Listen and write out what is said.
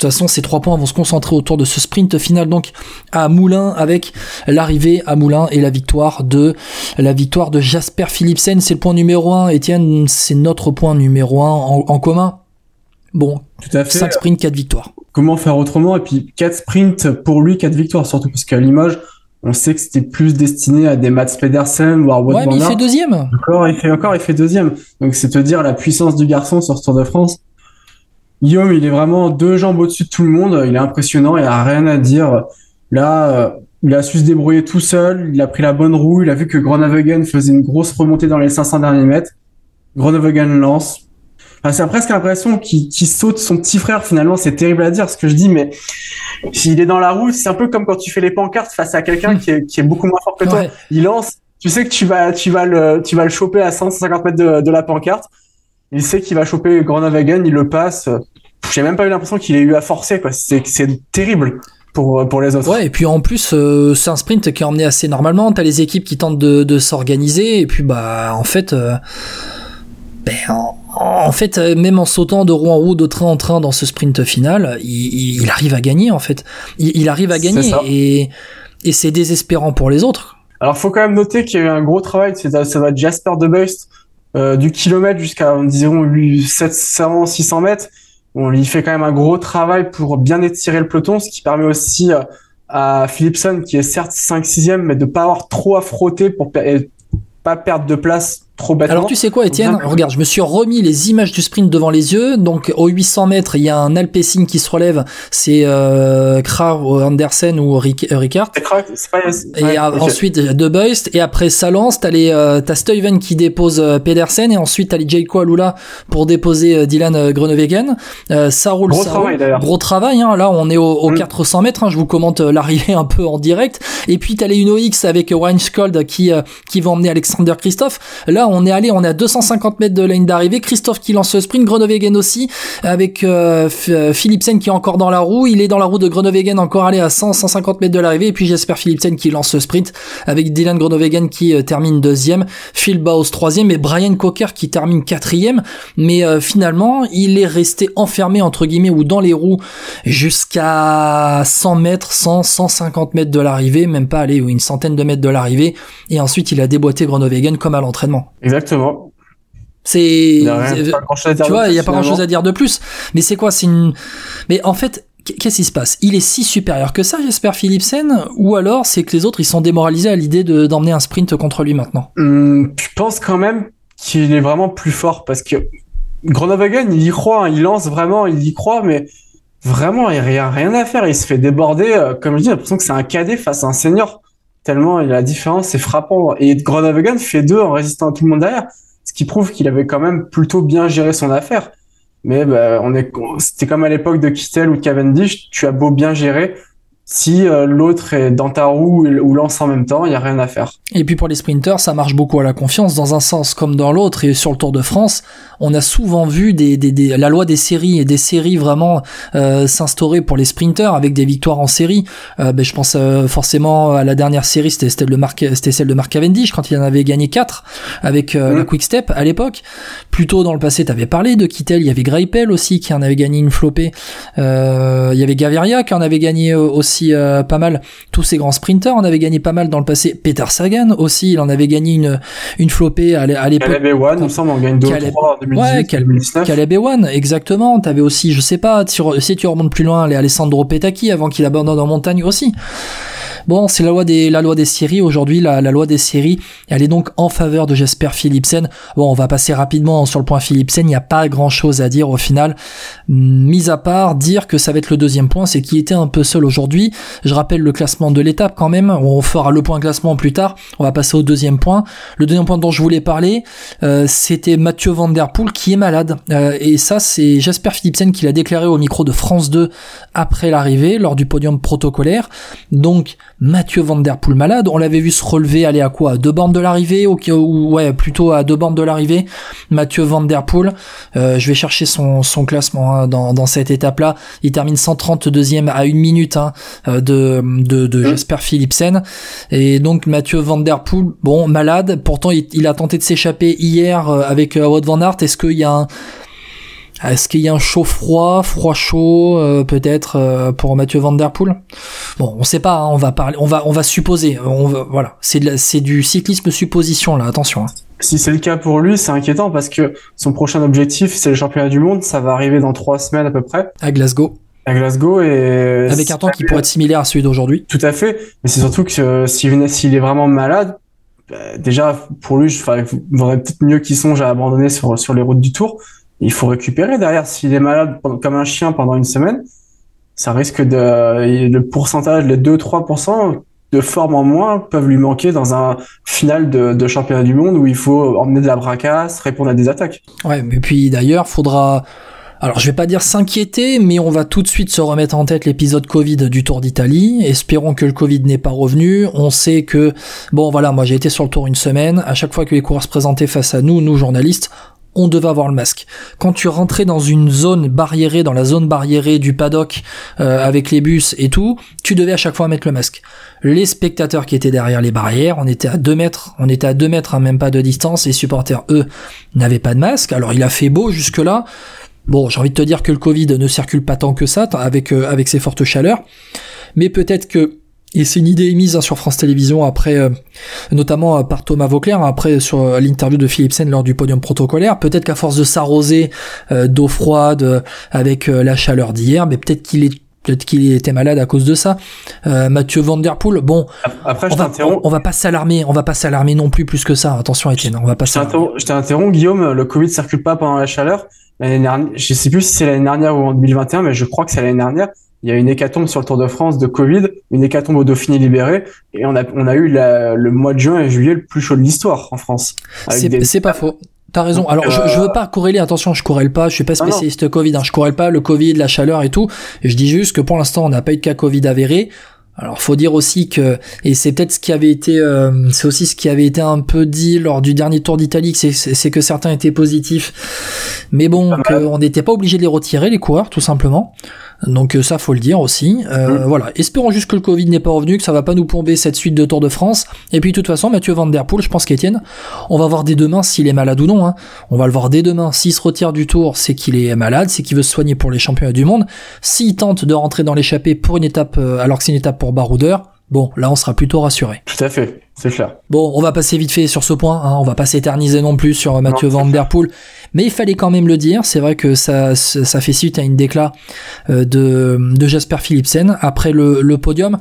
toute façon, ces 3 points vont se concentrer autour de ce sprint final, donc à Moulins, avec l'arrivée à Moulins et la victoire de Jasper Philipsen. C'est le point numéro 1. Étienne, c'est notre point numéro 1 en commun. Bon, tout à fait. 5 sprints, 4 victoires. Comment faire autrement? Et puis 4 sprints pour lui, 4 victoires, surtout parce qu'à Limoges, on sait que c'était plus destiné à des Mats Pedersen, voire Wout van Aert. Ouais, mais il fait deuxième. Il fait deuxième. Donc c'est te dire la puissance du garçon sur ce Tour de France. Guillaume, il est vraiment 2 jambes au-dessus de tout le monde. Il est impressionnant, il n'y a rien à dire. Là, il a su se débrouiller tout seul. Il a pris la bonne roue. Il a vu que Groenewegen faisait une grosse remontée dans les 500 derniers mètres. Groenewegen lance. Enfin, c'est presque l'impression qu'il saute son petit frère, finalement. C'est terrible à dire ce que je dis, mais s'il est dans la roue, c'est un peu comme quand tu fais les pancartes face à quelqu'un qui est beaucoup moins fort que toi. Ouais. Il lance, tu sais que tu vas le choper à 150 mètres de la pancarte. Il sait qu'il va choper Groenewegen, il le passe. J'ai même pas eu l'impression qu'il ait eu à forcer, quoi. C'est terrible pour les autres. Ouais, et puis en plus, c'est un sprint qui est emmené assez normalement. T'as les équipes qui tentent de s'organiser, et puis en fait, même en sautant de roue en roue, de train en train dans ce sprint final, il arrive à gagner, en fait. Il arrive à gagner, et c'est désespérant pour les autres. Alors, faut quand même noter qu'il y a eu un gros travail, ça va être Jasper De Beust, du kilomètre jusqu'à, disons, 700, 600 mètres. Bon, il fait quand même un gros travail pour bien étirer le peloton, ce qui permet aussi à Philipsen, qui est certes 5-6e, mais de pas avoir trop à frotter pour pas perdre de place trop bêtement. Alors tu sais quoi, Étienne, regarde, je me suis remis les images du sprint devant les yeux. Donc au 800 mètres, il y a un Alpecin qui se relève, c'est Kragh, Andersen ou Rickaert. Et ensuite De Beust, et après ça lance, t'as Stuyven qui dépose Pedersen, et ensuite t'as les Jayco Alula pour déposer Dylan Groenewegen. Ça roule, gros travail, hein. Là on est au 400 mètres, hein. Je vous commente l'arrivée un peu en direct. Et puis t'as les Uno X avec Weinskold qui va emmener Alexander Kristoff. Là on est à 250 mètres de la ligne d'arrivée. Kristoff qui lance le sprint, Groenewegen aussi, avec Philipsen qui est encore dans la roue. Il est dans la roue de Groenewegen, encore allé à 150 mètres de l'arrivée, et puis Jasper Philipsen qui lance le sprint avec Dylan Groenewegen qui termine 2e, Phil Bauhaus 3e, et Brian Cocker qui termine 4e. Mais finalement il est resté enfermé entre guillemets ou dans les roues jusqu'à 100 mètres, 150 mètres de l'arrivée, même pas aller une centaine de mètres de l'arrivée, et ensuite il a déboîté Groenewegen comme à l'entraînement. Exactement. Tu vois, il y a pas grand chose à dire de plus. Mais c'est quoi? Mais en fait, qu'est-ce qui se passe? Il est si supérieur que ça, Jasper Philipsen, ou alors c'est que les autres ils sont démoralisés à l'idée d'emmener un sprint contre lui maintenant? Je pense quand même qu'il est vraiment plus fort, parce que Groenewegen, il y croit, hein, il lance vraiment, il y croit, mais vraiment il n'y a rien à faire. Il se fait déborder, comme je dis, j'ai l'impression que c'est un cadet face à un senior. Tellement la différence est frappante. Et Groenewegen fait 2 en résistant à tout le monde derrière, ce qui prouve qu'il avait quand même plutôt bien géré son affaire. Mais c'était comme à l'époque de Kittel ou de Cavendish, tu as beau bien gérer, si l'autre est dans ta roue ou lance en même temps, il y a rien à faire. Et puis pour les sprinters, ça marche beaucoup à la confiance dans un sens comme dans l'autre. Et sur le Tour de France, on a souvent vu la loi des séries et des séries vraiment s'instaurer pour les sprinters avec des victoires en série. Je pense forcément à la dernière série, c'était celle de Mark Cavendish quand il en avait gagné 4 avec la Quick Step à l'époque. Plus tôt dans le passé, t'avais parlé de Kittel, il y avait Greipel aussi qui en avait gagné une flopée. Il y avait Gaviria qui en avait gagné aussi pas mal. Tous ces grands sprinters en avaient gagné pas mal dans le passé. Peter Sagan aussi, il en avait gagné une flopée à l'époque. Caleb Ewan, il me semble, on gagne 2 ou 3 en 2018, 2019. Caleb Ewan, exactement. T'avais aussi, je sais pas, si tu remontes plus loin, les Alessandro Petacchi avant qu'il abandonne en montagne aussi. Bon, c'est la loi des séries aujourd'hui. La loi des séries, elle est donc en faveur de Jasper Philipsen. Bon, on va passer rapidement sur le point Philipsen. Il n'y a pas grand chose à dire au final, mis à part dire que ça va être le deuxième point, c'est qu'il était un peu seul aujourd'hui. Je rappelle le classement de l'étape quand même. On fera le point classement plus tard. On va passer au deuxième point. Le deuxième point dont je voulais parler, c'était Mathieu Van Der Poel qui est malade. Et ça, c'est Jasper Philipsen qui l'a déclaré au micro de France 2 après l'arrivée, lors du podium protocolaire. Donc, Mathieu Van Der Poel malade, on l'avait vu se relever, aller à quoi, à 2 bornes de l'arrivée, plutôt à 2 bornes de l'arrivée. Mathieu Van Der Poel, je vais chercher son classement hein, dans cette étape-là. Il termine 132e à 1 minute de Jasper Philipsen. Et donc Mathieu Van Der Poel, bon, malade. Pourtant, il a tenté de s'échapper hier avec Wout van Aert. Est-ce qu'il y a Est-ce qu'il y a un chaud-froid, froid-chaud, peut-être pour Mathieu Van Der Poel? Bon, on sait pas, hein, on va supposer. Voilà, c'est du cyclisme supposition là, attention. Hein. Si c'est le cas pour lui, c'est inquiétant parce que son prochain objectif, c'est le championnat du monde. Ça va arriver dans 3 semaines à peu près. À Glasgow. Et avec un temps qui pourrait être similaire à celui d'aujourd'hui. Tout à fait, mais c'est surtout que s'il est vraiment malade, déjà pour lui, il vaudrait peut-être mieux qu'il songe à abandonner sur les routes du Tour. Il faut récupérer derrière. S'il est malade comme un chien pendant une semaine, ça risque le pourcentage, les 2-3% de forme en moins peuvent lui manquer dans un final de championnat du monde où il faut emmener de la bracasse, répondre à des attaques. Ouais, mais puis d'ailleurs, faudra... Alors je vais pas dire s'inquiéter, mais on va tout de suite se remettre en tête l'épisode Covid du Tour d'Italie. Espérons que le Covid n'est pas revenu. On sait que, bon voilà, moi j'ai été sur le Tour une semaine. À chaque fois que les coureurs se présentaient face à nous journalistes, on devait avoir le masque. Quand tu rentrais dans une zone barriérée, dans la zone barriérée du paddock, avec les bus et tout, tu devais à chaque fois mettre le masque. Les spectateurs qui étaient derrière les barrières, on était à 2 mètres, hein, même pas de distance. Les supporters, eux, n'avaient pas de masque. Alors il a fait beau jusque-là. Bon, j'ai envie de te dire que le Covid ne circule pas tant que ça, avec ces fortes chaleurs. Mais peut-être que, et c'est une idée émise sur France Télévisions après, notamment par Thomas Vauclair, après sur l'interview de Philipsen lors du podium protocolaire, peut-être qu'à force de s'arroser d'eau froide avec la chaleur d'hier, mais peut-être qu'il était malade à cause de ça. Mathieu Van Der Poel, bon, après on va pas s'alarmer non plus que ça. Attention Étienne, on va pas s'alarmer. Je t'interromps Guillaume, le Covid circule pas pendant la chaleur. L'année dernière, je sais plus si c'est l'année dernière ou en 2021, mais je crois que c'est l'année dernière. Il y a une hécatombe sur le Tour de France de Covid, une hécatombe au Dauphiné libéré, et on a eu le mois de juin et juillet le plus chaud de l'histoire en France. C'est pas faux. T'as raison. Alors, je veux pas corréler, attention, je corrèle pas, je suis pas spécialiste Covid, hein, je corrèle pas le Covid, la chaleur et tout. Je dis juste que pour l'instant, on n'a pas eu de cas Covid avéré. Alors, faut dire aussi que, et c'est peut-être ce qui avait été, c'est aussi ce qui avait été un peu dit lors du dernier Tour d'Italie, c'est que certains étaient positifs. Mais bon, on n'était pas obligé de les retirer, les coureurs, tout simplement. Donc ça, faut le dire aussi. Voilà. Espérons juste que le Covid n'est pas revenu, que ça va pas nous plomber cette suite de Tour de France. Et puis, de toute façon, Mathieu Van Der Poel, je pense qu'Étienne, on va voir dès demain s'il est malade ou non, hein. On va le voir dès demain. S'il se retire du Tour, c'est qu'il est malade, c'est qu'il veut se soigner pour les championnats du monde. S'il tente de rentrer dans l'échappée pour une étape, alors que c'est une étape pour baroudeur, bon, là, on sera plutôt rassuré. Tout à fait, c'est clair. Bon, on va passer vite fait sur ce point, hein. On va pas s'éterniser non plus sur Mathieu Van Der Poel. Mais il fallait quand même le dire. C'est vrai que ça fait suite à une déclat de Jasper Philipsen après le podium.